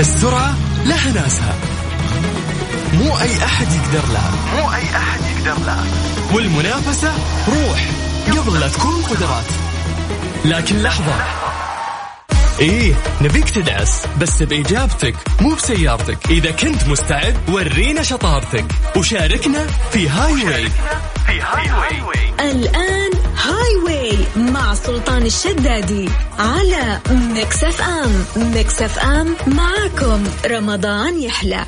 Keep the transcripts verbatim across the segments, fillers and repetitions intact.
السرعة لها ناسها، مو أي أحد يقدر لها، مو أي أحد يقدر لها. والمنافسة روح قبل لا تكون قدرات. لكن لحظة، إيه نبيك تدعس بس بإجابتك مو بسيارتك. إذا كنت مستعد ورينا شطارتك وشاركنا في هاي واي. في هاي واي الآن هاي واي مع سلطان الشدادي على ميكس اف ام. ميكس اف ام معاكم رمضان يحلى.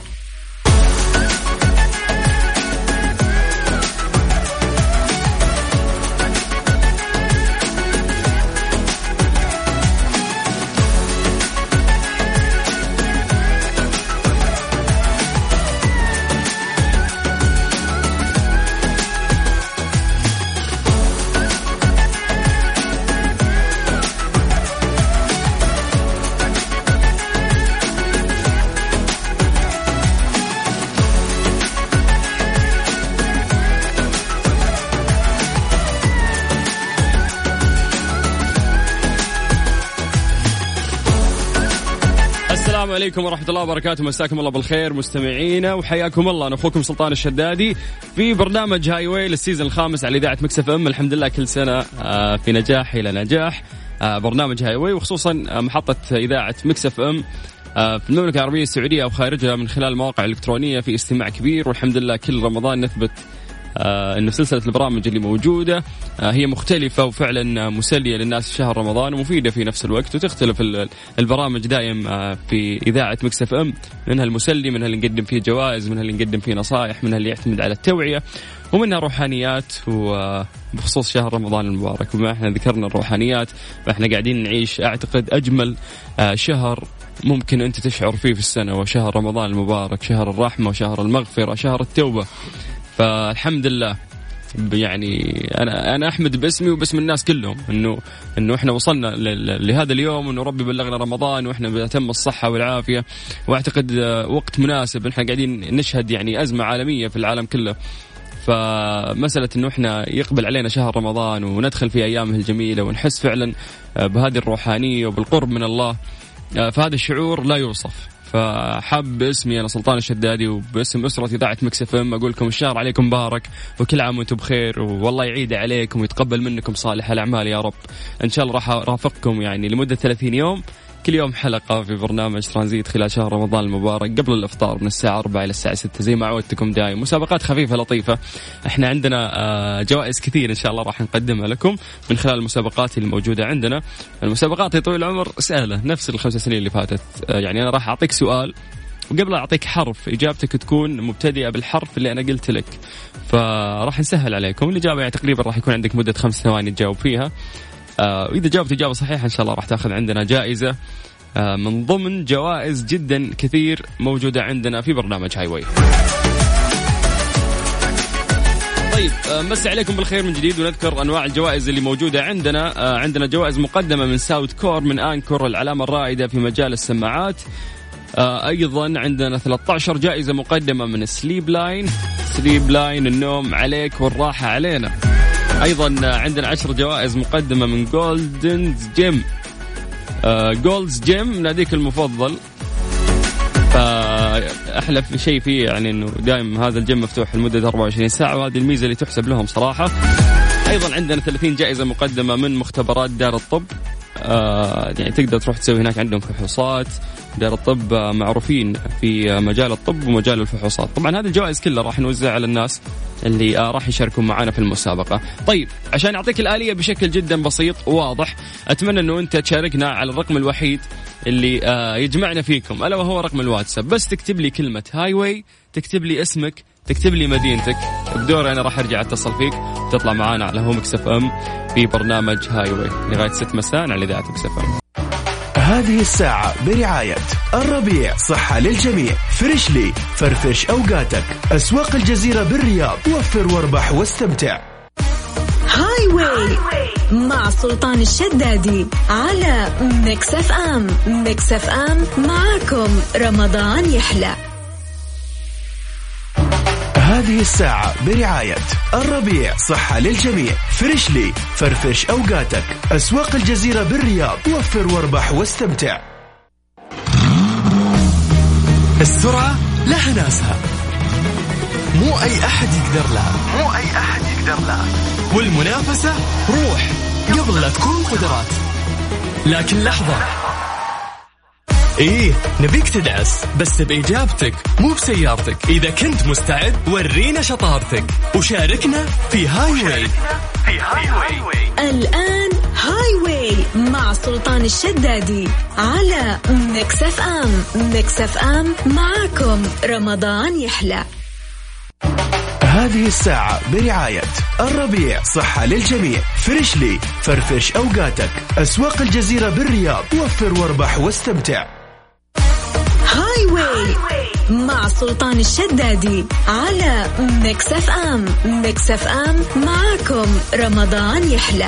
السلام عليكم ورحمة الله وبركاته. مساكم الله بالخير مستمعينا وحياكم الله. أنا أخوكم سلطان الشدادي في برنامج هاي واي للسيزن الخامس على إذاعة ميكس اف ام. الحمد لله كل سنة في نجاح إلى نجاح برنامج هاي واي، وخصوصا محطة إذاعة ميكس اف ام في المملكة العربية السعودية أو خارجها من خلال المواقع الإلكترونية في استماع كبير. والحمد لله كل رمضان نثبت آه إنه سلسلة البرامج اللي موجودة آه هي مختلفة وفعلا مسلية للناس في شهر رمضان ومفيدة في نفس الوقت. وتختلف البرامج دائم آه في إذاعة ميكس اف ام، منها المسلي، منها اللي نقدم فيه جوائز، منها اللي نقدم فيه نصائح، منها اللي يعتمد على التوعية، ومنها روحانيات. وبخصوص شهر رمضان المبارك وما احنا ذكرنا الروحانيات فاحنا قاعدين نعيش أعتقد أجمل آه شهر ممكن أنت تشعر فيه في السنة، وشهر رمضان المبارك، شهر الرحمة وشهر المغفرة، شهر التوبة. فالحمد لله يعني أنا أنا أحمد باسمي وباسم الناس كلهم إنه إنه إحنا وصلنا لهذا اليوم، وإنه ربي بلغنا رمضان وإحنا بتم الصحة والعافية. وأعتقد وقت مناسب إحنا قاعدين نشهد يعني أزمة عالمية في العالم كله. فمسألة إنه إحنا يقبل علينا شهر رمضان وندخل في أيامه الجميلة ونحس فعلا بهذه الروحانية وبالقرب من الله، فهذا الشعور لا يوصف. فحب اسمي أنا سلطان الشدادي وباسم أسرة إذاعة ميكس اف ام أقول لكم الشهر عليكم مبارك وكل عام وانتم بخير، والله يعيد عليكم ويتقبل منكم صالح الأعمال يا رب. إن شاء الله راح رافقكم يعني لمدة ثلاثين يوم، كل يوم حلقة في برنامج ترانزيت خلال شهر رمضان المبارك قبل الإفطار من الساعة أربعة إلى الساعة ستة زي ما عودتكم دايم. مسابقات خفيفة لطيفة، احنا عندنا جوائز كثير إن شاء الله راح نقدمها لكم من خلال المسابقات اللي موجودة عندنا. المسابقات طويل العمر سهلة نفس الخمس سنين اللي فاتت، يعني أنا راح أعطيك سؤال وقبل أعطيك حرف إجابتك تكون مبتدئة بالحرف اللي أنا قلت لك، فراح نسهل عليكم. الإجابة يعني تقريبا راح يكون عندك مدة خمس ثواني تجاوب فيها، وإذا جاوبت إجابة صحيحة إن شاء الله راح تأخذ عندنا جائزة من ضمن جوائز جدا كثير موجودة عندنا في برنامج هاي واي. طيب مسي عليكم بالخير من جديد، ونذكر أنواع الجوائز اللي موجودة عندنا. عندنا جوائز مقدمة من ساوت كور من آنكور العلامة الرائدة في مجال السماعات. أيضا عندنا ثلاثة عشر جائزة مقدمة من سليب لاين. سليب لاين النوم عليك والراحة علينا. أيضا عندنا عشر جوائز مقدمة من جولدنز جيم. جولدز جيم ناديك المفضل. فأحلى شيء فيه يعني إنه دائم هذا الجيم مفتوح لمدة أربعة وعشرين ساعة، وهذه الميزة اللي تحسب لهم صراحة. أيضا عندنا ثلاثين جائزة مقدمة من مختبرات دار الطب. آه يعني تقدر تروح تسوي هناك، عندهم فحوصات. دار الطب معروفين في مجال الطب ومجال الفحوصات. طبعا هذه الجوائز كلها راح نوزعها على الناس اللي آه راح يشاركوا معنا في المسابقة. طيب عشان أعطيك الآلية بشكل جدا بسيط وواضح، أتمنى أنه أنت تشاركنا على الرقم الوحيد اللي آه يجمعنا فيكم، ألا وهو رقم الواتساب. بس تكتب لي كلمة هاي واي، تكتب لي اسمك، تكتب لي مدينتك، بدوري أنا راح أرجع أتصل فيك وتطلع معانا على هو ميكس اف ام في برنامج هاي واي لغاية ست مساء على إذاعة ميكس اف ام. هذه الساعة برعاية الربيع، صحة للجميع، فريشلي فرفش أوقاتك، أسواق الجزيرة بالرياض، وفر واربح واستمتع. هاي واي مع سلطان الشدادي على ميكس اف ام. ميكس اف ام معاكم رمضان يحلى. هذه الساعة برعاية الربيع، صحة للجميع، فريشلي فرفش أوقاتك، أسواق الجزيرة بالرياض، وفر واربح واستمتع. السرعة لها ناسها، مو أي أحد يقدر لها، مو أي أحد يقدر لها. والمنافسة روح قبل لا تكون قدرات. لكن لحظة، إيه نبيك تدعس بس بإجابتك مو بسيارتك. إذا كنت مستعد ورينا شطارتك وشاركنا في هاي واي. في هاي واي الآن هاي واي مع سلطان الشدادي على ميكس اف ام. ميكس اف ام معاكم رمضان يحلى. هذه الساعة برعاية الربيع، صحة للجميع، فريشلي فرفش أوقاتك، أسواق الجزيرة بالرياض، وفر واربح واستمتع. هاي واي مع سلطان الشدادي على ميكس اف ام. ميكس اف ام معاكم رمضان يحلى.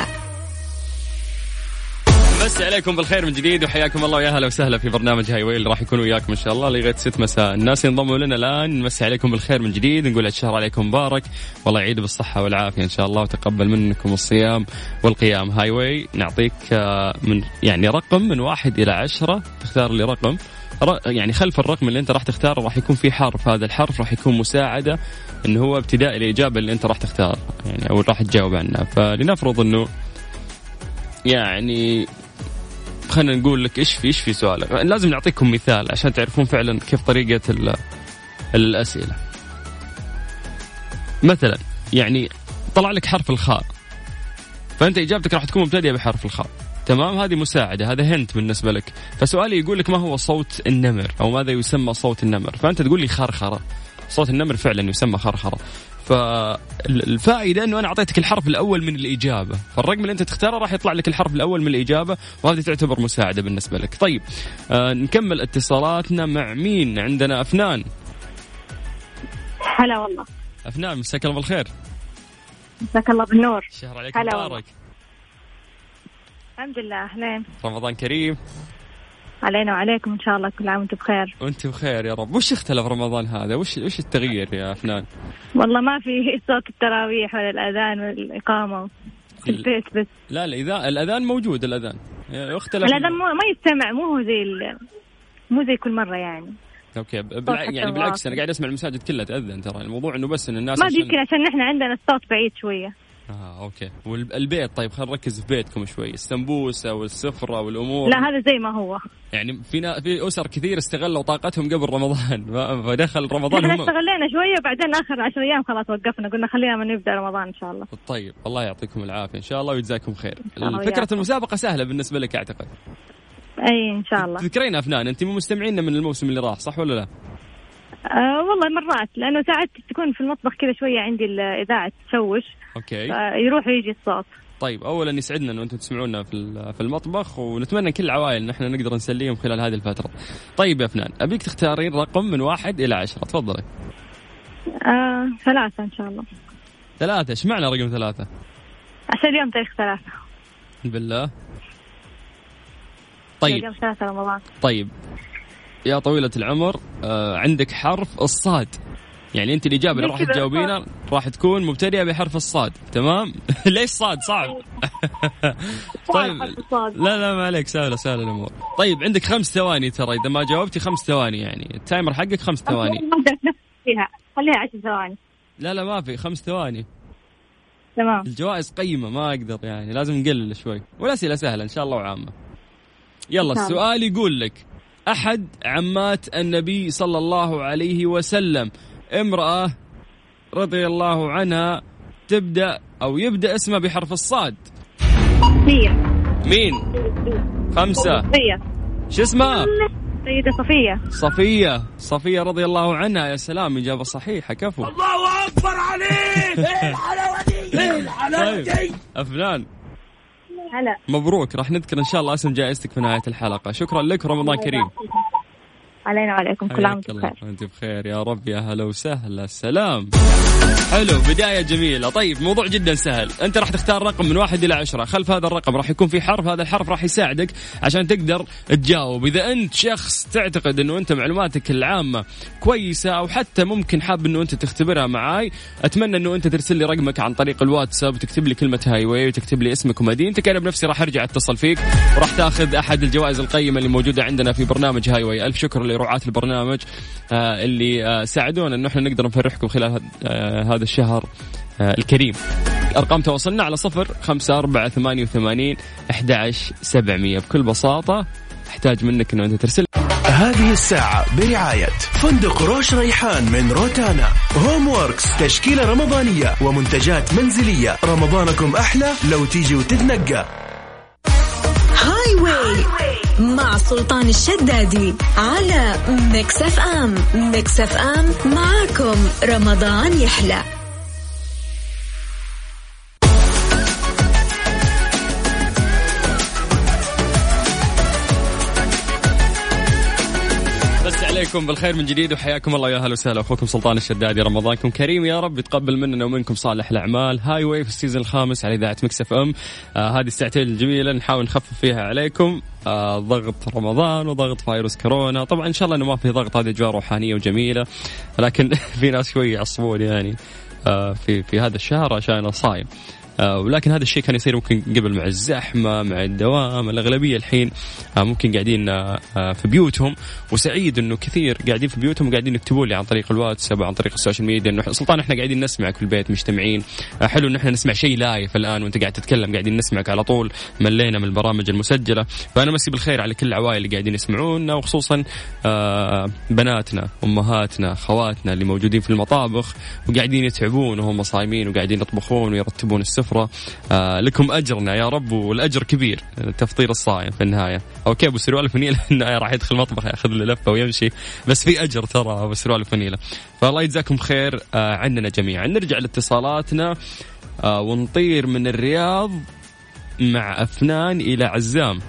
مسي عليكم بالخير من جديد وحياكم الله ويا هلا وسهلا في برنامج هاي واي اللي راح يكون وياكم ان شاء الله لغايه ست مساء. الناس ينضموا لنا الان نمسي عليكم بالخير من جديد، نقول الشهر عليكم مبارك، والله يعيد بالصحه والعافيه ان شاء الله، وتقبل منكم الصيام والقيام. هاي واي نعطيك من يعني رقم من واحد الى عشرة، تختار لي رقم، يعني خلف الرقم اللي انت راح تختاره راح يكون في حرف، هذا الحرف راح يكون مساعده انه هو ابتداء الاجابه اللي انت راح تختار يعني او راح تجاوب عنها. فلنفرض انه يعني خلينا نقول لك ايش في ايش في سؤالك، لازم نعطيكم مثال عشان تعرفون فعلا كيف طريقه الاسئله. مثلا يعني طلع لك حرف الخاء، فانت اجابتك راح تكون مبتدئه بحرف الخاء، تمام؟ هذه مساعده، هذا هنت بالنسبه لك. فسؤالي يقول لك ما هو صوت النمر او ماذا يسمى صوت النمر، فانت تقول لي خرخره. صوت النمر فعلا يسمى خرخره. فالفائده انه انا اعطيتك الحرف الاول من الاجابه، فالرقم اللي انت تختاره راح يطلع لك الحرف الاول من الاجابه، وهذه تعتبر مساعده بالنسبه لك. طيب آه نكمل اتصالاتنا مع مين عندنا؟ افنان. هلا والله. افنان مساك الله بالخير. مساك الله بالنور. شهر عليك مبارك. الحمد لله. اهلين. رمضان كريم علينا وعليكم ان شاء الله، كل عام وانتم بخير. وانتم بخير يا رب. وش اختلف رمضان هذا؟ وش وش التغيير يا افنان؟ والله ما في صوت التراويح ولا الاذان ولا الاقامه في البيت بس. لا الاذان الاذان موجود، الاذان اختلف. الاذان مو ما يستمع، مو هو زي ال... مو زي كل مره يعني. اوكي بالع... يعني بالعكس انا قاعد اسمع المساجد كلها تاذن، ترى الموضوع انه بس ان الناس ما عشان... يمكن عشان نحن عندنا الصوت بعيد شويه. اه اوكي. والبيت طيب خلينا نركز في بيتكم شوي، السمبوسه والسفره والامور. لا هذا زي ما هو يعني في في اسر كثير استغلوا طاقتهم قبل رمضان فدخل رمضان. احنا هم... استغلينا شويه وبعدين اخر عشر ايام خلاص وقفنا، قلنا خلينا ما نبدا رمضان ان شاء الله. طيب الله يعطيكم العافيه ان شاء الله ويجزاكم خير. فكره المسابقه سهله بالنسبه لك اعتقد. اي ان شاء الله. تذكرين افنان انت مو مستمعينا من الموسم اللي راح صح ولا لا؟ أه والله مرات، لأنه ساعات تكون في المطبخ كذا شوية عندي الإذاعة تشوش، أوكي، يروح ويجي الصوت. طيب أولا يسعدنا أنه أنتم تسمعونا في في المطبخ، ونتمنى كل العوائل إن إحنا نقدر نسليهم خلال هذه الفترة. طيب يا أفنان أبيك تختارين رقم من واحد إلى عشرة، تفضلي. آه ثلاثة إن شاء الله. ثلاثة؟ إيش معنى رقم ثلاثة؟ عشان اليوم تاريخ ثلاثة. بالله. طيب. اليوم ثلاثة رمضان. طيب. يا طويلة العمر آه عندك حرف الصاد، يعني انت الإجابة اللي راح تجاوبينها راح تكون مبتدئة بحرف الصاد، تمام؟ ليش صاد صعب؟ طيب لا لا ما عليك، سهلة سهلة الأمور. طيب عندك خمس ثواني ترى، إذا ما جاوبتي خمس ثواني، يعني التايمر حقك خمس ثواني. فيها خليها عشر ثواني. لا لا ما في، خمس ثواني. تمام. الجوائز قيمة ما أقدر يعني، لازم نقلل شوي، والأسئلة سهلة إن شاء الله وعامة. يلا السؤال يقول لك أحد عمات النبي صلى الله عليه وسلم امرأة رضي الله عنها تبدأ أو يبدأ اسمها بحرف الصاد. صفية. مين؟ خمسة. صفية. شو اسمها؟ سيدة صفية. صفية. صفية رضي الله عنها. يا سلام إجابة صحيحة، كفو. الله أكبر عليك. إيه الحلاوة دي؟ إيه الحلاوة دي؟ أفنان هلا مبروك، راح نذكر إن شاء الله اسم جائزتك في نهاية الحلقة. شكرا لك، رمضان كريم علينا وعليكم، كل عام وانتم بخير. وانت بخير يا رب، يا هلا وسهلا. سلام. حلو، بداية جميلة. طيب موضوع جدا سهل، انت راح تختار رقم من واحد الى عشرة، خلف هذا الرقم راح يكون في حرف، هذا الحرف راح يساعدك عشان تقدر تجاوب. اذا انت شخص تعتقد انه انت معلوماتك العامة كويسة او حتى ممكن حاب انه انت تختبرها معاي، اتمنى انه انت ترسل لي رقمك عن طريق الواتساب وتكتب لي كلمة هاي واي وتكتب لي اسمك ومدينتك. انا بنفسي راح ارجع اتصل فيك وراح تاخذ احد الجوائز القيمة اللي موجودة عندنا في برنامج هاي واي. الف شكر رعاة البرنامج اللي ساعدونا أنه احنا نقدر نفرحكم خلال هذا الشهر الكريم. أرقام تواصلنا على صفر خمسة أربعة ثمانية وثمانين أحد عشر سبعمية. بكل بساطة أحتاج منك أنه أنت ترسل. هذه الساعة برعاية فندق روش ريحان من روتانا، هوم ووركس تشكيلة رمضانية ومنتجات منزلية. رمضانكم أحلى لو تيجي وتتنقى. هاي واي مع سلطان الشدادي على ميكس اف ام. ميكس اف ام معاكم رمضان يحلى. عليكم بالخير من جديد وحياكم الله يا هلا وسهلا. اخوكم سلطان الشدادي، رمضانكم كريم يا رب، يتقبل مننا ومنكم صالح الاعمال. هاي واي في السيزون الخامس على اذاعه مكس اف ام. آه هذه الساعتين الجميله نحاول نخفف فيها عليكم آه ضغط رمضان وضغط فيروس كورونا. طبعا ان شاء الله انه ما في ضغط، هذه اجواء روحانيه وجميله، لكن في ناس شوي يعصبون يعني آه في في هذا الشهر عشان صايم. آه ولكن هذا الشيء كان يصير ممكن قبل مع الزحمة مع الدوام. الأغلبية الحين آه ممكن قاعدين آه في بيوتهم، وسعيد إنه كثير قاعدين في بيوتهم وقاعدين يكتبوا لي عن طريق الواتساب وعن طريق السوشيال ميديا إنه سلطان إحنا قاعدين نسمعك في البيت مجتمعين. آه حلو إن إحنا نسمع شيء لايف الآن وأنت قاعد تتكلم، قاعدين نسمعك على طول، ملينا من البرامج المسجلة. فأنا مسي بالخير على كل العوائل اللي قاعدين يسمعونا، وخصوصا آه بناتنا أمهاتنا خواتنا اللي موجودين في المطابخ وقاعدين يتعبون وهم صايمين وقاعدين يطبخون ويرتبون السفرة. آه لكم أجرنا يا رب، والأجر كبير تفطير الصائم في النهاية. أوكي أبو سروال فنيلة راح يدخل المطبخ يأخذ له لفة ويمشي، بس في أجر ترى أبو سروال فنيلة. فالله يجزاكم خير آه عندنا جميعا. نرجع لاتصالاتنا آه ونطير من الرياض مع أفنان إلى عزام.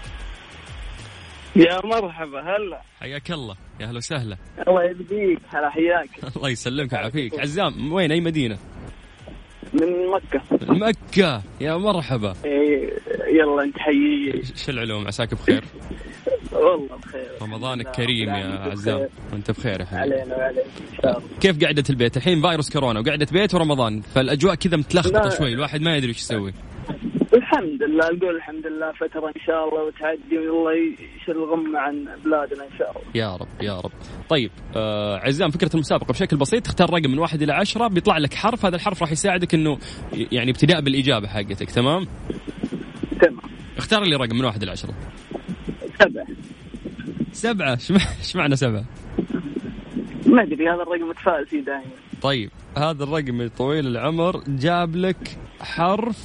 يا مرحبا هلا، حياك الله يا هلا وسهلا. الله يبديك، هلا حياك. الله يسلمك ويعافيك. عزام وين أي مدينة؟ من مكة. مكة يا مرحبا. إيه يلا انت حيي. شو العلوم، عساك بخير؟ والله بخير. رمضانك كريم يا عزام وانت بخير يا حبيبي. علينا وعليك ان شاء الله. كيف قعدة البيت الحين؟ فيروس كورونا وقعدة بيت ورمضان، فالأجواء كذا متلخبطة شوي، الواحد ما يدري ايش يسوي. الحمد لله، نقول الحمد لله فترة إن شاء الله وتعدي والله يشيل الغم عن بلادنا إن شاء الله. يا رب يا رب. طيب آه عزام، فكرة المسابقة بشكل بسيط، تختار رقم من واحد إلى عشرة، بيطلع لك حرف، هذا الحرف راح يساعدك إنه يعني ابتداء بالإجابة حقتك. تمام؟ تمام. اختار لي رقم من واحد إلى عشرة. سبعة. سبعة؟ إيش معنى سبعة؟ ما أدري، هذا الرقم متفائل فيه دائما. طيب هذا الرقم طويل العمر جاب لك حرف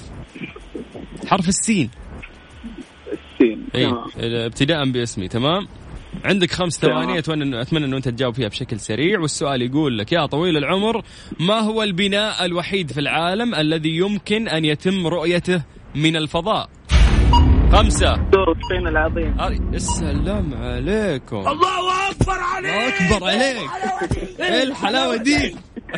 حرف السين. السين. اي ابتداء باسمي. تمام. عندك خمس ثواني، اتمنى اتمنى انه انت تجاوب فيها بشكل سريع. والسؤال يقول لك يا طويل العمر، ما هو البناء الوحيد في العالم الذي يمكن ان يتم رؤيته من الفضاء؟ خمسة. دور الصين العظيم. السلام عليكم. الله أكبر عليك. الله أكبر عليك. ايه الحلاوة دي.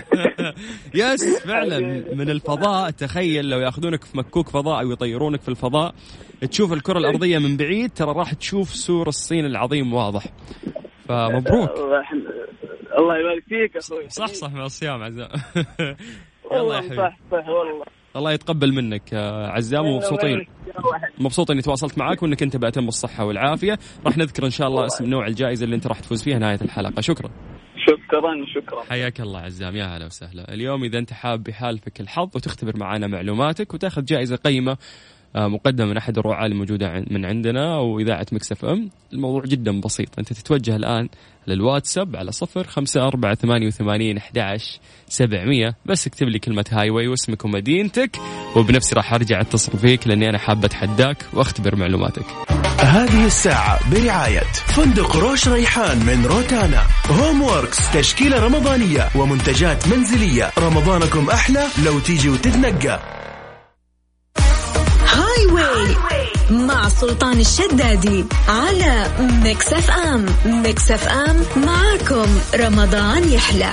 يس فعلا من الفضاء. تخيل لو ياخذونك في مكوك فضاء ويطيرونك في الفضاء، تشوف الكرة الأرضية من بعيد، ترى راح تشوف سور الصين العظيم واضح. فمبروك. الله يبارك فيك أخوي. صح صح مع الصيام عزام. والله يا حبيبي. صح صح والله. الله يتقبل منك عزام، ومبسوطين مبسوط اني تواصلت معاك وانك انت بأتم الصحة والعافية. راح نذكر ان شاء الله اسم نوع الجائزة اللي انت راح تفوز فيها نهاية الحلقة. شكرا. شكرا شكرا. حياك الله عزام، يا هلا وسهلا. اليوم إذا أنت حاب بحالفك الحظ وتختبر معنا معلوماتك وتاخذ جائزة قيمة مقدمة من أحد الرعاة الموجودة من عندنا وإذاعة مكس اف ام. الموضوع جدا بسيط، أنت تتوجه الآن للواتساب على صفر خمسة أربعة ثمانية وثمانين أحد عشر سبعمية، بس اكتب لي كلمة هاي واي واسمك ومدينتك، وبنفسي راح أرجع أتصل فيك لأني أنا حابة أتحداك وأختبر معلوماتك. هذه الساعة برعاية فندق روش ريحان من روتانا، هوم ووركس تشكيلة رمضانية ومنتجات منزلية. رمضانكم أحلى لو تيجي وتتنقى. هاي واي مع سلطان الشدادي على ميكس اف ام. ميكس اف ام معاكم رمضان يحلى.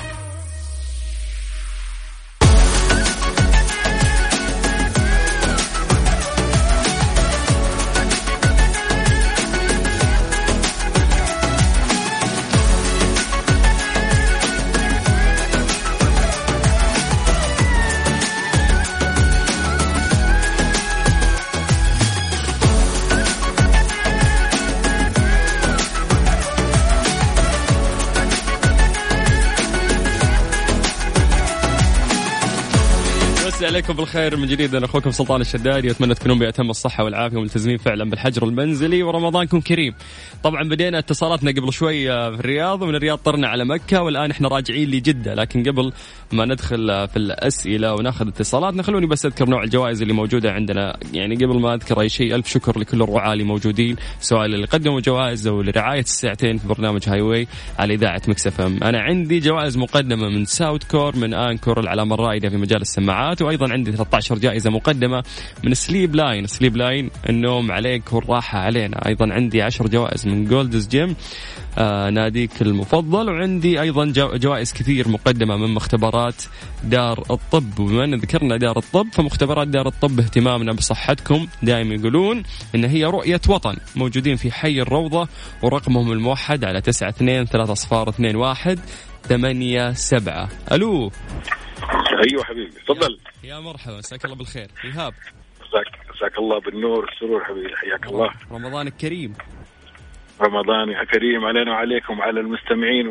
عليكم بالخير من جديد. أنا أخوكم سلطان الشدادي، أتمنى تكونون بأتم الصحة والعافية وملتزمين فعلا بالحجر المنزلي ورمضانكم كريم. طبعا بدينا اتصالاتنا قبل شوية في الرياض، ومن الرياض طرنا على مكة، والآن إحنا راجعين لجدة. لكن قبل ما ندخل في الأسئلة وناخذ اتصالاتنا خلوني بس أذكر نوع الجوائز اللي موجودة عندنا. يعني قبل ما أذكر أي شيء، ألف شكر لكل الرعاة اللي موجودين، سواء اللي قدموا جوائز أو لرعاية الساعتين في برنامج هاي واي على إذاعة مكس اف ام. أنا عندي جوائز مقدمة من ساوت كور، من آنكور العلامة الرائدة في مجال السماعات، وأيضا عندي ثلاثة عشر جائزة مقدمة من سليب لاين. سليب لاين النوم عليك والراحة علينا. أيضا عندي عشر جوائز من جولدز جيم، آه ناديك المفضل. وعندي أيضا جوائز كثير مقدمة من مختبرات دار الطب. وبما أن ذكرنا دار الطب، فمختبرات دار الطب اهتمامنا بصحتكم، دائما يقولون إن هي رؤية وطن. موجودين في حي الروضة، ورقمهم الموحد على تسعة اثنين ثلاثة صفار اثنين واحد ثمانية سبعة. ألو. أيوة حبيبي تفضل. يا, يا مرحبا، مساك الله بالخير. إيهاب. مساك مساك الله بالنور والسرور حبيبي، حياك الله. رمضانك كريم. رمضان كريم علينا وعليكم وعلى المستمعين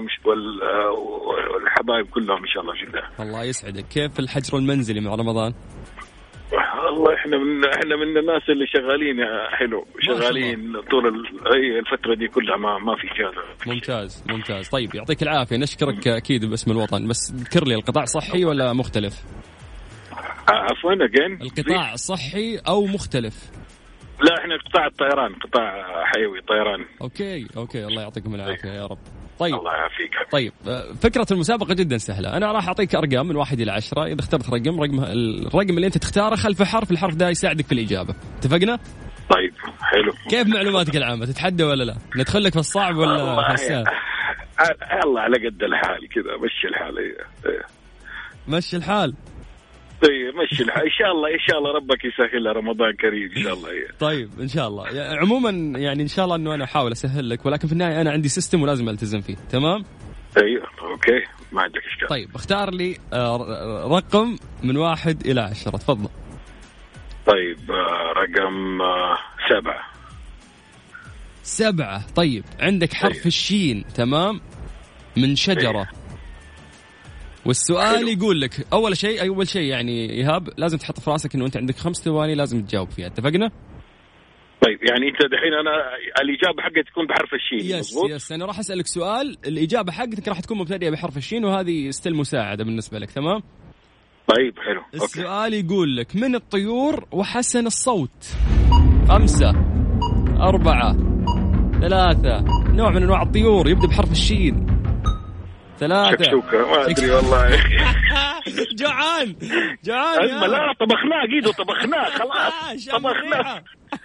والحبايب كلهم إن شاء الله في الله. الله يسعدك. كيف الحجر المنزلي مع رمضان؟ والله احنا من احنا من الناس اللي شغالين حلو، شغالين طول الفتره دي كلها، ما ما في اجازه. ممتاز ممتاز. طيب يعطيك العافيه، نشكرك اكيد باسم الوطن. بس ذكر لي القطاع صحي ولا مختلف؟ عفوا اجين القطاع صحي او مختلف؟ لا احنا قطاع الطيران، قطاع حيوي طيران. اوكي اوكي الله يعطيكم العافيه يا رب. طيب الله يعافيك. طيب فكرة المسابقة جدا سهلة. أنا راح أعطيك أرقام من واحد إلى عشرة. إذا اخترت رقم رقم الرقم اللي أنت تختاره خلف حرف، الحرف ده يساعدك في الإجابة. اتفقنا؟ طيب حلو. كيف معلوماتك العامة؟ تتحدى ولا لا؟ ندخل لك في الصعب ولا في السهل؟ الله على قد الحال كذا، مشي الحال. ايه. مشي الحال. طيب مشي الحال إن شاء الله، إن شاء الله ربك يسهل. رمضان كريم إن شاء الله. إيه. طيب إن شاء الله. يعني عموما يعني إن شاء الله إنه أنا أحاول أسهل لك، ولكن في النهاية أنا عندي سيستم ولازم ألتزم فيه. تمام؟ أيوه أوكي ما عندك إشكال. طيب اختار لي رقم من واحد إلى عشرة، تفضل. طيب رقم سبعة. سبعة. طيب عندك حرف أيوه. الشين. تمام. من شجرة. أيوه. والسؤال حلو. يقول لك أول شيء أول شيء يعني إيهاب لازم تحط في راسك إنه أنت عندك خمس ثواني لازم تجاوب فيها. اتفقنا؟ طيب يعني أنت دحين أنا الإجابة حقتي تكون بحرف الشين. يس مزبوط؟ يس أنا راح أسألك سؤال، الإجابة حقتك راح تكون مبتدئة بحرف الشين، وهذه ستيل مساعدة بالنسبة لك. تمام؟ طيب حلو. السؤال أوكي. يقول لك من الطيور وحسن الصوت. خمسة أربعة ثلاثة، نوع من أنواع الطيور يبدأ بحرف الشين. ثلاثة. شكشوكة ما أدري والله يا أخي. جوعان جوعان. لا طبخناه قيدو طبخناه خلاص طبخناه.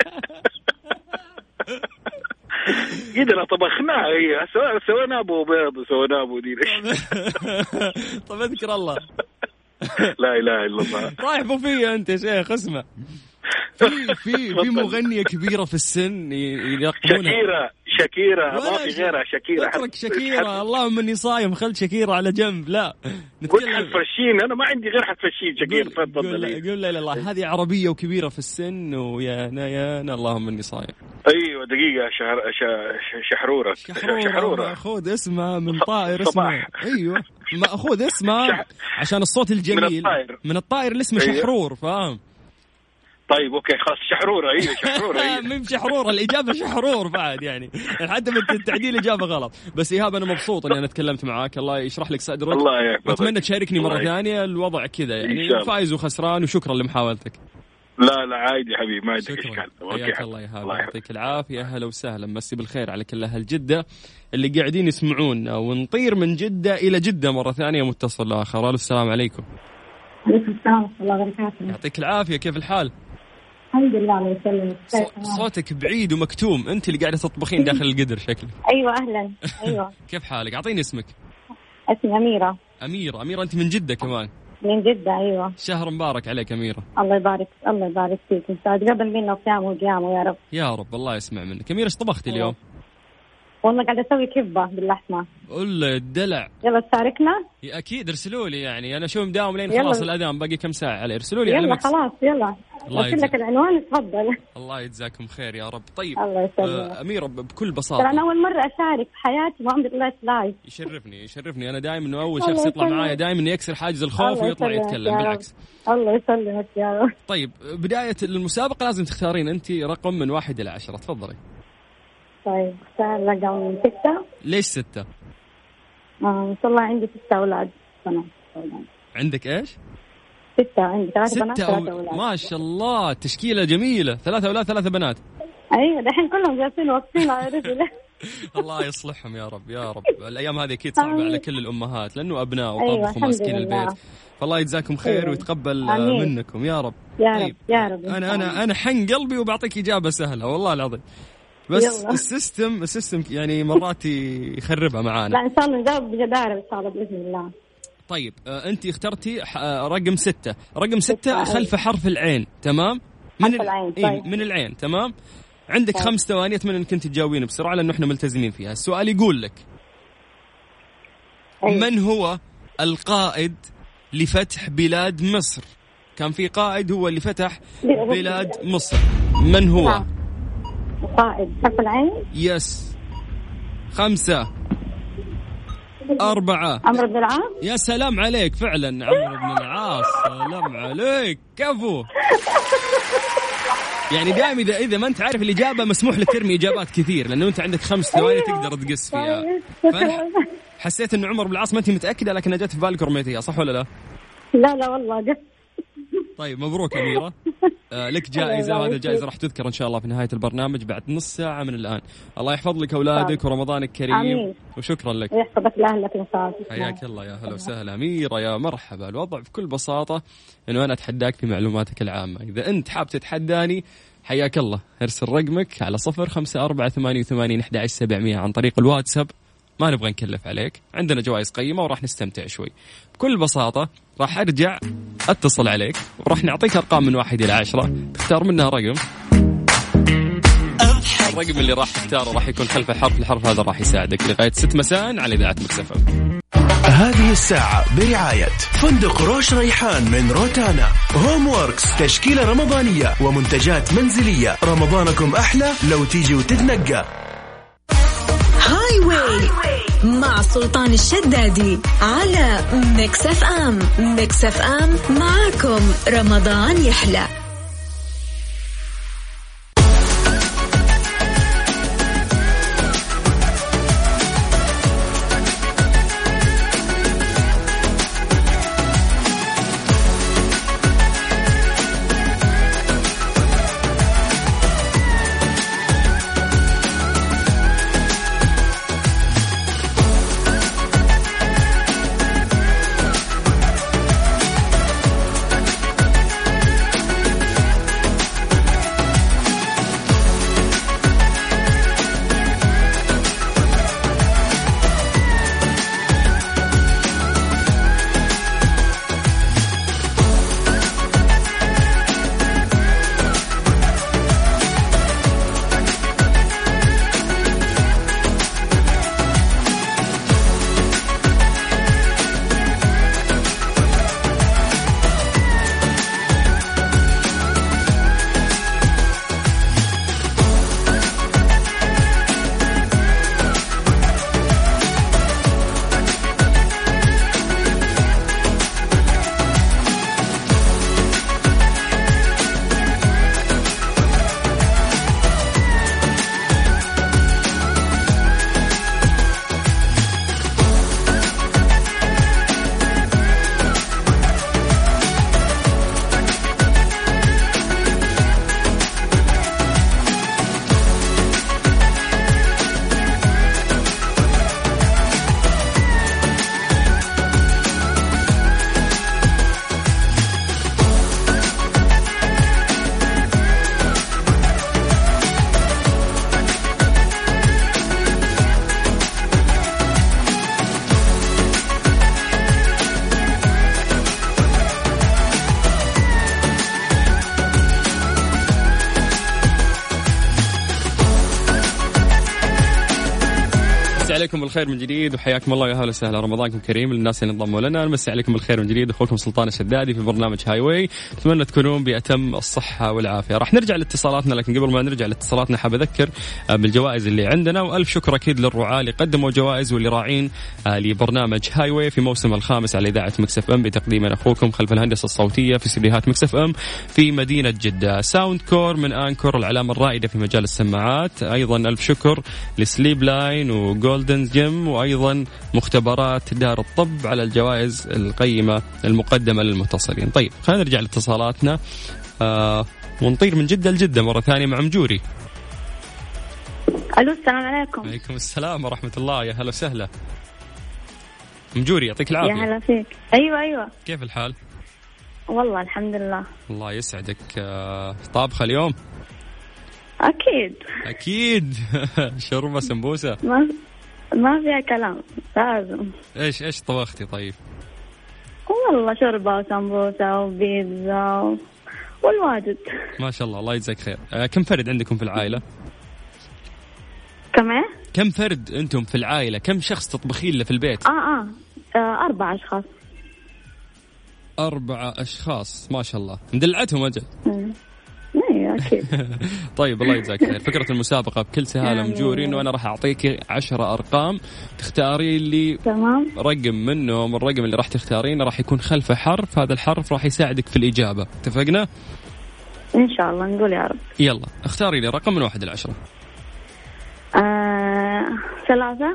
قيدنا طبخناه. هي سوينا أبو بيض وسوينا أبو دي. طب اذكر الله. لا إله إلا الله. رايح بوفية أنت يا شيخ. اسمع، في في في مغنية كبيرة في السن يلقبونها شاكيرا. شاكيرا ما في غيرها. شاكيرا. اترك شاكيرا، اللهم اني صايم، خل شاكيرا على جنب. لا قلت حرف الشين، انا ما عندي غير حرف الشين. شاكيرا تفضل. قول لا لا الله، هذه عربية وكبيرة في السن ويا نيانا اللهم اني صايم. ايوه دقيقة. شهر شحرورة. شحرورة مأخوذ اسمها من طائر اسمه. ايوه مأخوذ اسمها عشان الصوت الجميل من الطائر, من الطائر اللي اسمه أيوة. شحرور. فاهم؟ طيب اوكي خلاص شحرورة. ايوه شحرورة. ايوه مين شحرورة؟ الاجابة شحرور بعد يعني لحد ما التعديل اجابة غلط. بس ايهاب انا مبسوط اني انا تكلمت معاك، الله يشرح لك صدرك. الله يحفظك. اتمنى تشاركني مرة ثانية. الوضع كذا يعني فايز وخسران، وشكرا لمحاولتك. لا لا عادي حبيبي ما عندك اشكال. حياك الله يا هاب، يعطيك العافية. اهلا وسهلا، مسي بالخير على كل اهل جدة اللي قاعدين يسمعونا. ونطير من جدة الى جدة مرة ثانية. متصل اخر. السلام عليكم. وعليكم السلام ورحمة الله وبركاته. يعطيك العافية، كيف الحال؟ الحمد لله الله يسلمك. صوتك بعيد ومكتوم، انت اللي قاعده تطبخين داخل القدر شكلك. ايوه اهلا. ايوه كيف حالك؟ اعطيني اسمك. اسمي اميره. اميره. اميره انت من جده كمان؟ من جده ايوه. شهر مبارك عليك اميره. الله يبارك الله يبارك فيك. تقبل منا وصيام وقيام يا رب. يا رب الله يسمع منك. اميره ايش طبختي اليوم؟ والله قاعدة أسوي كبة باللحمة. قول الدلع. يلا تشاركنا. أكيد ارسلوا لي، يعني أنا شو مداوم لين خلاص الأذان باقي كم ساعة عليه، ارسلوا لي. يلا خلاص يلا. أرسل لك العنوان تفضل. الله يجزاكم خير يا رب. طيب الله يسلمك. آه أميرة بكل بساطة. ترى أنا أول مرة أشارك في حياتي ما عمري طلعت لايف. يشرفني يشرفني أنا دائما إنه أول شخص يطلع معايا دائما إنه يكسر حاجز الخوف ويطلع يتكلم بالعكس. الله يسلمك يا رب. طيب بداية المسابقة لازم تختارين أنت رقم من واحد إلى عشرة، تفضلي. طيب اختار رقم ستة. ليش ستة؟ آه إن شاء الله عندي ستة أولاد بنات. عندك إيش؟ ستة عندي ثلاثة بنات ستة ثلاثة أولاد. ما شاء الله تشكيلة جميلة، ثلاثة أولاد ثلاثة بنات. أيوة دحين كلهم جالسين واقفين على رجله. الله يصلحهم يا رب يا رب. الأيام هذه أكيد صعبة على كل الأمهات لأنه أبناء وطبخ أيوة وماسكين البيت، فالله يجزاكم خير أيوة. ويتقبل أمين. منكم يا رب يا طيب. رب يا رب. أنا أنا أنا حن قلبي وبعطيك إجابة سهلة والله العظيم، بس يلا. السيستم السيستم يعني مرات يخربها معانا. لا إن شاء الله نجاوب بجدارة إن شاء الله بإذن الله. طيب آه أنت اخترتي آه رقم ستة، رقم ستة خلف حرف العين تمام؟ من حرف العين طيب. إيه من العين تمام. عندك طيب. خمس ثواني، أتمنى أنك أنت تجاوبين بسرعة لأنه إحنا ملتزمين فيها. السؤال يقول لك أيوة. من هو القائد لفتح بلاد مصر؟ كان في قائد هو اللي فتح بلاد مصر، من هو؟ لا. قائد حرف العين. يس. خمسة أربعة. عمرو بن العاص. يا سلام عليك فعلا عمرو بن العاص. سلام عليك كفو. يعني دائما إذا إذا ما أنت عارف الإجابة مسموح لك ترمي إجابات كثير لأنه أنت عندك خمس ثواني تقدر تقص فيها. حسيت إنه عمر بن العاص ما أنت متأكدة لكن جت في بالك ورميتيها، صح ولا لا؟ لا لا والله جت. طيب مبروك أميرة. آه لك جائزة، وهذه الجائزة راح تذكر إن شاء الله في نهاية البرنامج بعد نص ساعة من الآن. الله يحفظ لك أولادك ورمضانك كريم. آمين. وشكرا لك. يحفظك لأهلك إن شاء الله. حياك الله يا هلا وسهلا أميرة، يا مرحبا. الوضع بكل بساطة إنه أنا أتحداك في معلوماتك العامة، إذا أنت حاب تتحداني حياك الله ارسل رقمك على صفر خمسة أربعة ثمانية وثمانين أحد عشر سبعمية عن طريق الواتساب. ما نبغى نكلف عليك، عندنا جوائز قيمة وراح نستمتع شوي. بكل بساطة راح أرجع أتصل عليك وراح نعطيك أرقام من واحد إلى عشرة، تختار منها رقم. الرقم اللي راح تختاره راح يكون خلف حرف، الحرف هذا راح يساعدك لغاية ست مساء على إذاعة مكسف أم. هذه الساعة برعاية فندق روش ريحان من روتانا، هوم ووركس تشكيلة رمضانية ومنتجات منزلية. رمضانكم أحلى لو تيجي وتتنقى. هاي واي مع سلطان الشدادي على ميكس اف ام. ميكس اف ام معاكم رمضان يحلى. مسي عليكم بالخير من جديد وحياكم الله يا اهلا وسهلا. رمضانكم كريم للناس اللي انضموا لنا. نمسي عليكم بالخير من جديد. اخوكم سلطان الشدادي في برنامج هاي واي. اتمنى تكونون بأتم الصحه والعافيه. راح نرجع لاتصالاتنا، لكن قبل ما نرجع لاتصالاتنا حاب اذكر بالجوائز اللي عندنا، والف شكر اكيد للرعاة اللي قدموا جوائز واللي راعين لبرنامج هاي واي في موسم الخامس على اذاعه مكس اف ام بتقديم اخوكم خلف الهندسه الصوتيه في استديوهات مكس اف ام في مدينه جده. ساوند كور من انكور العلامه الرائده في مجال السماعات. ايضا الف شكر لسليب لاين وجولدن جيم، وايضا مختبرات دار الطب على الجوائز القيمه المقدمه للمتصلين. طيب خلينا نرجع لاتصالاتنا آه ونطير من جده لجده مره ثانيه مع مجوري. الو السلام عليكم. وعليكم السلام ورحمه الله. يا هلا وسهلا مجوري، يعطيك العافيه. يا هلا فيك. ايوه ايوه كيف الحال؟ والله الحمد لله. الله يسعدك. آه طابخه اليوم؟ اكيد اكيد. شوربه سمبوسه؟ ما ما فيها كلام لازم. ايش ايش طبختي طيب؟ والله شوربه وسمبوسه وبيتزا والواجد. ما شاء الله الله يجزاك خير. آه كم فرد عندكم في العائله؟ كم ايه؟ كم فرد انتم في العائله؟ كم شخص تطبخين له في البيت؟ اه اه, آه أربع أشخاص. أربعة أشخاص ما شاء الله. مدلعتهم أجل. ايوه اكيد. طيب الله يجزاك خير. فكرة المسابقة بكل سهالة مجوري انه انا راح اعطيك عشرة ارقام تختاري لي تمام رقم منهم. الرقم اللي راح تختارينه راح يكون خلفه حرف، هذا الحرف راح يساعدك في الإجابة. اتفقنا؟ ان شاء الله نقول يا رب. يلا اختاري لي رقم من واحد لعشرة. آه... ثلاثة.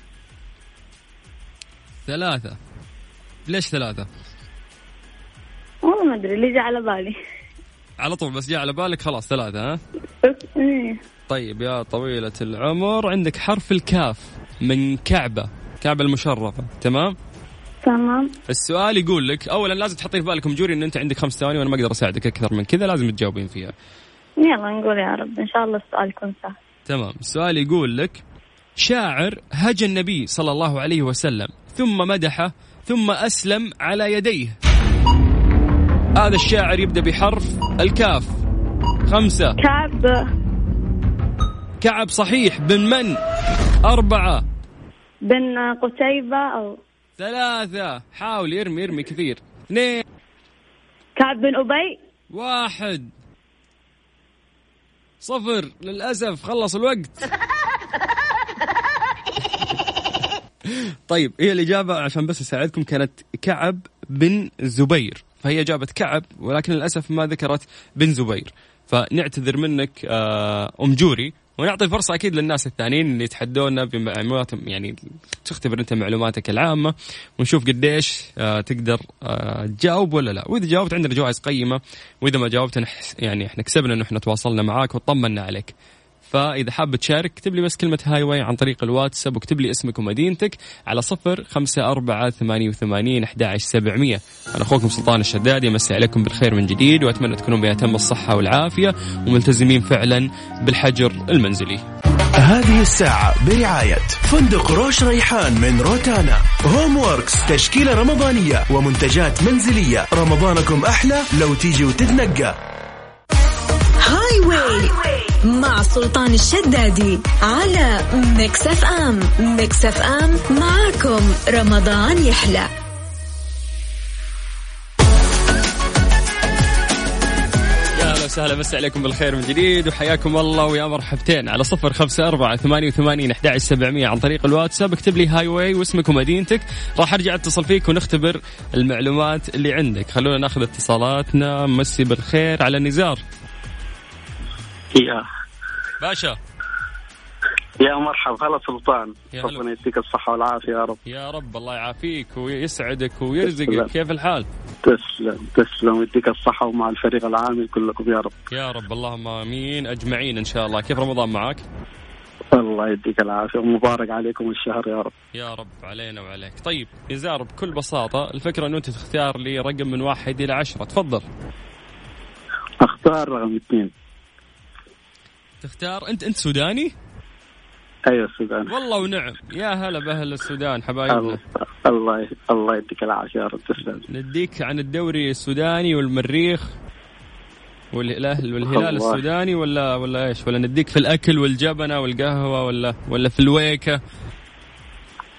ثلاثة. ليش ثلاثة؟ والله ما ادري اللي جاء على بالي على طول، بس جاء على بالك خلاص ثلاثة. ها إيه. طيب يا طويلة العمر عندك حرف الكاف من كعبة، كعبة المشرفة. تمام تمام. السؤال يقول لك أولا لازم تحطين في بالك مجوري إن أنت عندك خمس ثواني وأنا ما أقدر أساعدك أكثر من كذا، لازم تجاوبين فيها. يلا نقول يا رب إن شاء الله السؤال يكون سهل. تمام. السؤال يقول لك شاعر هجى النبي صلى الله عليه وسلم ثم مدحه ثم أسلم على يديه. هذا الشاعر يبدأ بحرف الكاف. خمسة. كعب. كعب صحيح. بن من؟ أربعة. بن قتيبة أو ثلاثة. حاول يرمي يرمي كثير. اثنين. كعب بن أبي. واحد. صفر. للأسف خلص الوقت. طيب هي الإجابة عشان بس أساعدكم كانت كعب بن زبير، فهي جابت كعب ولكن للأسف ما ذكرت بن زبير، فنعتذر منك أم جوري، ونعطي فرصة أكيد للناس الثانيين اللي يتحدونا بمعلومات، يعني تختبر أنت معلوماتك العامة ونشوف قديش تقدر تجاوب ولا لا. وإذا جاوبت عندنا جوائز قيمة، وإذا ما جاوبت يعني إحنا كسبنا إنه إحنا تواصلنا معاك وطمنا عليك. فإذا حاب تشارك اكتب لي بس كلمة هاي واي عن طريق الواتساب، واكتب لي اسمك ومدينتك على صفر خمسة أربعة ثمانية وثمانين أحد عشر سبعمية. أنا أخوكم سلطان الشدادي، مسي عليكم بالخير من جديد، وأتمنى تكونوا بأتم الصحة والعافية وملتزمين فعلا بالحجر المنزلي. هذه الساعة برعاية فندق روش ريحان من روتانا. هوم ووركس تشكيلة رمضانية ومنتجات منزلية. رمضانكم أحلى لو تيجي وتتنقى. هاي واي مع سلطان الشدادي على ميكس اف ام. ميكس اف ام معاكم رمضان يحلى. سهلا بس عليكم بالخير من جديد وحياكم الله ويا مرحبتين على صفر خمسة أربعة ثمانية وثمانين أحد عشر سبعمية عن طريق الواتساب. اكتب لي هاي واي واسمك ومدينتك، راح أرجع اتصل فيك ونختبر المعلومات اللي عندك. خلونا ناخذ اتصالاتنا. مسي بالخير على النزار. يا باشا يا مرحبا. هلا سلطان، ربنا يديك الصحة والعافية يا رب. يا رب الله يعافيك ويسعدك ويرزقك. كيف الحال؟ تسلم تسلم ويديك الصحة ومع الفريق العامل كلكم يا رب. يا رب اللهم آمين أجمعين إن شاء الله. كيف رمضان معك؟ الله يديك العافية ومبارك عليكم الشهر يا رب. يا رب علينا وعليك. طيب نزار بكل بساطة الفكرة أنه أنت تختار لي رقم من واحد إلى عشرة. تفضل. أختار رقم اثنين. تختار أنت أنت سوداني؟ أيوة السودان. والله ونعم. يا هلا بأهل السودان حبايبنا. الله الله يديك العافية يا رب. تسلم. نديك عن الدوري السوداني والمريخ والهلال والهلال السوداني ولا ولا إيش؟ ولا نديك في الأكل والجبنة والقهوة ولا ولا في الويكة؟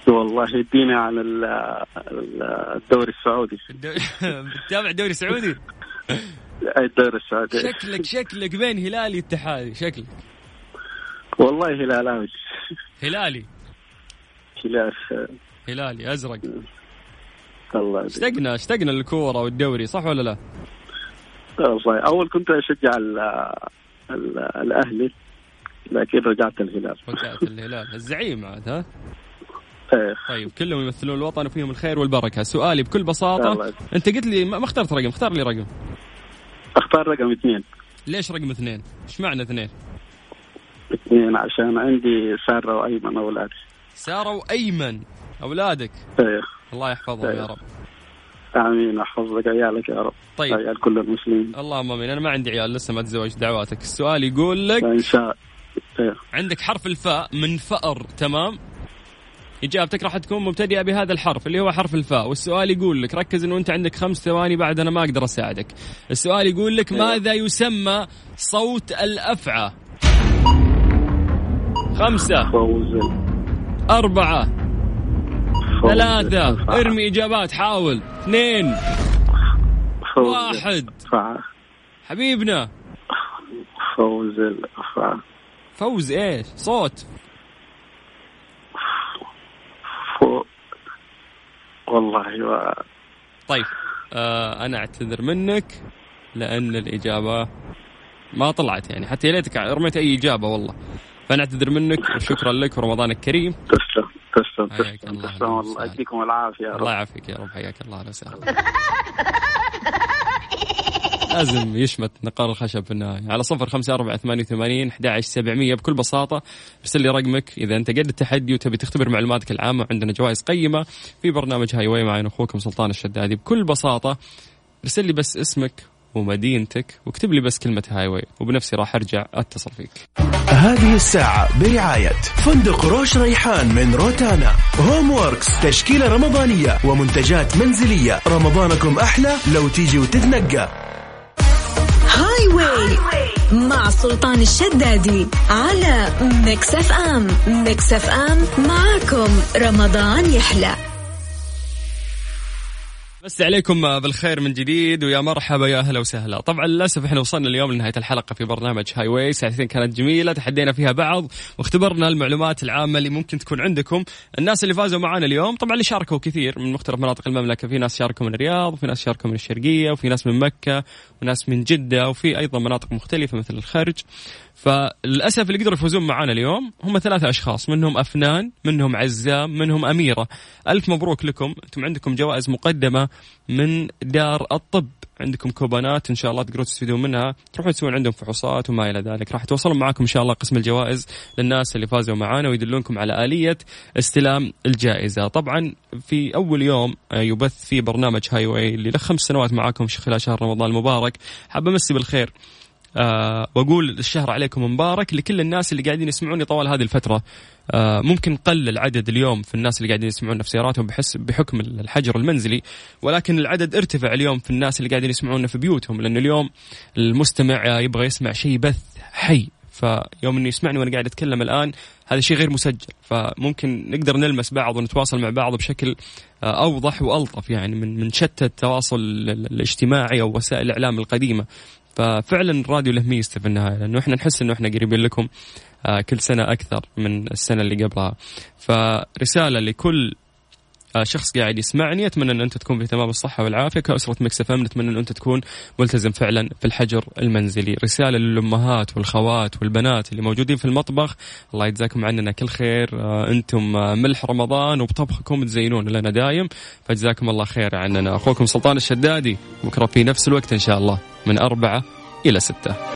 والله يديني عن الدوري السعودي. تتابع الدوري السعودي؟ الدوري السعودي. شكلك شكلك بين هلالي اتحادي شكلك. والله هلالي. هلالي. هلال. هلالي أزرق. الله. اشتقنا اشتقنا للكورة والدوري صح ولا لا؟ والله أول كنت أشجع الأهلي لكن رجعت الهلال. رجعت الهلال الزعيم عاد ها؟ ايه. طيب كلهم يمثلون الوطن وفيهم الخير والبركة. سؤالي بكل بساطة الله. أنت قلت لي ما اخترت رقم، اختار لي رقم. اختار رقم اثنين. ليش رقم اثنين؟ إيش معنى اثنين؟ اثنين عشان عندي سارة وأيمن أولادي. سارة وأيمن أولادك. ايه. الله يحفظهم يا رب. آمين. أحفظك عيالك يا رب. طيب. عيال كل المسلمين. اللهم آمين. أنا ما عندي عيال لسه ما تزوج. دعواتك. السؤال يقول لك إن شاء الله. عندك حرف الفاء من فأر تمام؟ إجابتك راح تكون مبتدئة بهذا الحرف اللي هو حرف الفاء. والسؤال يقول لك ركز إنه أنت عندك خمس ثواني بعد أنا ما أقدر أساعدك. السؤال يقول لك ماذا يسمى صوت الأفعى؟ خمسة. فوز. أربعة. فوز. ثلاثة. الفعل. ارمي إجابات حاول. اثنين. فوز. واحد. الفعل. حبيبنا. فوز الأفعى. فوز إيش؟ صوت. فو... والله و... طيب آه أنا أعتذر منك لأن الإجابة ما طلعت يعني حتى ليتك رميت أي إجابة والله. فأنا أعتذر منك وشكرا لك ورمضان الكريم. تسلم تسلم تسلم تسلم والله أديكم العافية يا رب. الله يعافيك يا رب. حياك الله. أهلا وسهلا. لازم يشمت نقار الخشب في النهاية. على صفر خمسة أربعة ثمانية وثمانين أحد عشر سبعمية بكل بساطة ارسل لي رقمك إذا أنت قد التحدي وتبي تختبر معلوماتك العامة. عندنا جوائز قيمة في برنامج هاي واي معي أخوكم سلطان الشدادي. بكل بساطة ارسل لي بس اسمك ومدينتك واكتب لي بس كلمة هاي واي وبنفسي راح أرجع أتصل فيك. هذه الساعة برعاية فندق روش ريحان من روتانا. هوم ووركس تشكيلة رمضانية ومنتجات منزلية. رمضانكم أحلى لو تيجي وتتنقى. هاي واي مع سلطان الشدادي على ميكس اف ام. ميكس اف ام معاكم رمضان يحلى. بس عليكم بالخير من جديد ويا مرحبا يا أهلا وسهلا. طبعا للأسف احنا وصلنا اليوم لنهاية الحلقة في برنامج هاي واي. ساعتين كانت جميلة تحدينا فيها بعض واختبرنا المعلومات العامة اللي ممكن تكون عندكم. الناس اللي فازوا معنا اليوم طبعا اللي شاركوا كثير من مختلف مناطق المملكة. في ناس شاركوا من الرياض وفي ناس شاركوا من الشرقية وفي ناس من مكة وناس من جدة وفي أيضا مناطق مختلفة مثل الخرج. فللأسف اللي قدروا يفوزون معنا اليوم هم ثلاثة أشخاص منهم أفنان منهم عزام منهم أميرة. ألف مبروك لكم. أنتم عندكم جوائز مقدمة من دار الطب. عندكم كوبانات إن شاء الله تقدروا تستفيدون منها تروحوا تسوون عندهم فحوصات وما إلى ذلك. راح يتواصلون معكم إن شاء الله قسم الجوائز للناس اللي فازوا معنا ويدلونكم على آلية استلام الجائزة. طبعا في أول يوم يبث في برنامج هاي واي اللي له خمس سنوات معاكم خلال شهر رمضان المبارك. حابة أمسي بالخير أه وأقول الشهر عليكم مبارك لكل الناس اللي قاعدين يسمعوني طوال هذه الفترة. أه ممكن قل العدد اليوم في الناس اللي قاعدين يسمعون في سياراتهم بحس بحكم الحجر المنزلي ولكن العدد ارتفع اليوم في الناس اللي قاعدين يسمعونا في بيوتهم لأن اليوم المستمع يبغى يسمع شيء بث حي. فيوم إنه يسمعني وأنا قاعد أتكلم الآن هذا شيء غير مسجل فممكن نقدر نلمس بعض ونتواصل مع بعض بشكل أوضح وألطف يعني من من شتى التواصل الاجتماعي أو وسائل الإعلام القديمة. ففعلا الراديو له ميزته في النهاية لأنه إحنا نحس إنه إحنا قريبين لكم كل سنة أكثر من السنة اللي قبلها. فرسالة لكل شخص قاعد يسمعني أتمنى أن أنت تكون في تمام الصحة والعافية. كأسرة ميكس اف ام نتمنى أن أنت تكون ملتزم فعلا في الحجر المنزلي. رسالة للأمهات والخوات والبنات اللي موجودين في المطبخ الله يجزاكم عننا كل خير. أنتم ملح رمضان وبطبخكم تزينون لنا دايم فجزاكم الله خير عننا. أخوكم سلطان الشدادي بكرة في نفس الوقت إن شاء الله من أربعة إلى ستة.